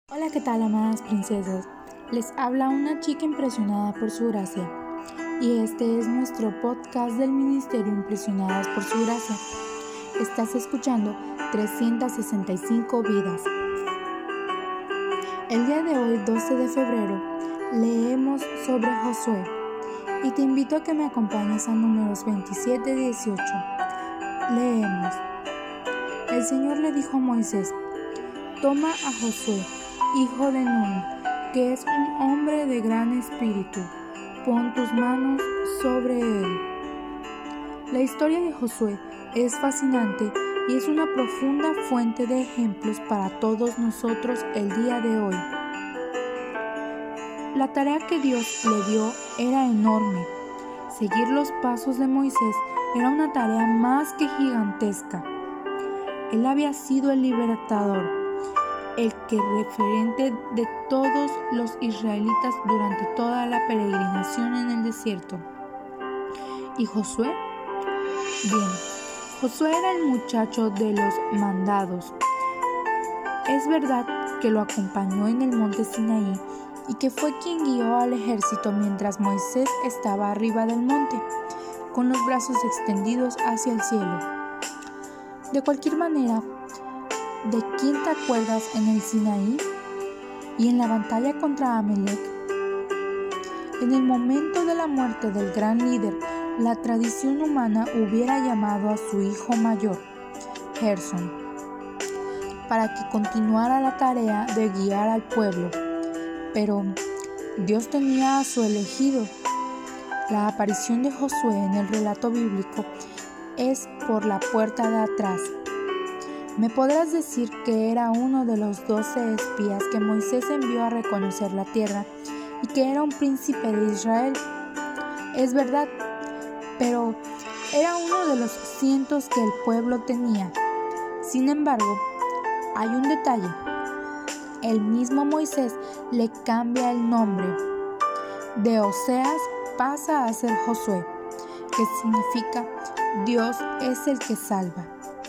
Hola, ¿qué tal, amadas princesas? Les habla una chica impresionada por su gracia. Y este es nuestro podcast del Ministerio Impresionadas por su gracia. Estás escuchando 365 vidas. El día de hoy, 12 de febrero, leemos sobre Josué. Y te invito a que me acompañes a Números 27-18. Leemos. El Señor le dijo a Moisés: toma a Josué, hijo de Nun, que es un hombre de gran espíritu, pon tus manos sobre él. La historia de Josué es fascinante y es una profunda fuente de ejemplos para todos nosotros el día de hoy. La tarea que Dios le dio era enorme. Seguir los pasos de Moisés era una tarea más que gigantesca. Él había sido el libertador, el que referente de todos los israelitas durante toda la peregrinación en el desierto. ¿Y Josué? Bien, Josué era el muchacho de los mandados. Es verdad que lo acompañó en el monte Sinaí y que fue quien guió al ejército mientras Moisés estaba arriba del monte, con los brazos extendidos hacia el cielo. De cualquier manera, ¿de quién te acuerdas en el Sinaí y en la batalla contra Amalek? En el momento de la muerte del gran líder, la tradición humana hubiera llamado a su hijo mayor, Gersón, para que continuara la tarea de guiar al pueblo. Pero Dios tenía a su elegido. La aparición de Josué en el relato bíblico es por la puerta de atrás. Me podrás decir que era uno de los 12 espías que Moisés envió a reconocer la tierra y que era un príncipe de Israel. Es verdad, pero era uno de los cientos que el pueblo tenía. Sin embargo, hay un detalle. El mismo Moisés le cambia el nombre. De Oseas pasa a ser Josué, que significa Dios es el que salva.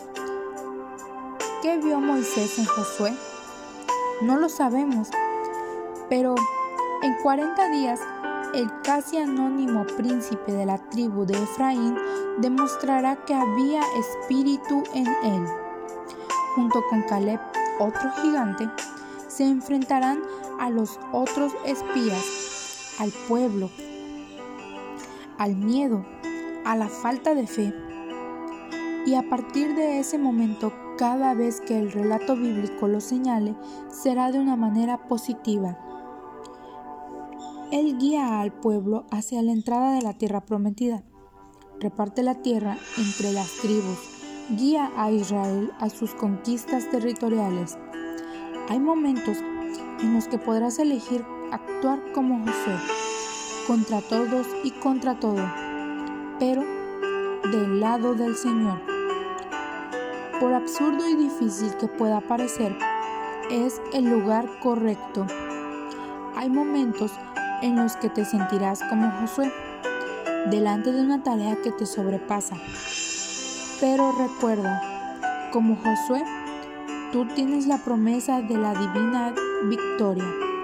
¿Qué vio Moisés en Josué? No lo sabemos, pero en 40 días el casi anónimo príncipe de la tribu de Efraín demostrará que había espíritu en él. Junto con Caleb, otro gigante, se enfrentarán a los otros espías, al pueblo, al miedo, a la falta de fe. Y a partir de ese momento, cada vez que el relato bíblico lo señale, será de una manera positiva. Él guía al pueblo hacia la entrada de la tierra prometida. Reparte la tierra entre las tribus. Guía a Israel a sus conquistas territoriales. Hay momentos en los que podrás elegir actuar como Josué, contra todos y contra todo, pero del lado del Señor. Por absurdo y difícil que pueda parecer, es el lugar correcto. Hay momentos en los que te sentirás como Josué, delante de una tarea que te sobrepasa. Pero recuerda, como Josué, tú tienes la promesa de la divina victoria.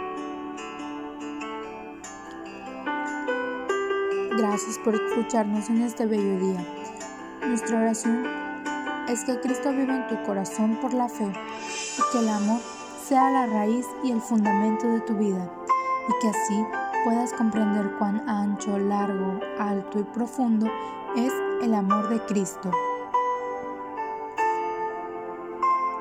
Gracias por escucharnos en este bello día. Nuestra oración es que Cristo viva en tu corazón por la fe y que el amor sea la raíz y el fundamento de tu vida y que así puedas comprender cuán ancho, largo, alto y profundo es el amor de Cristo.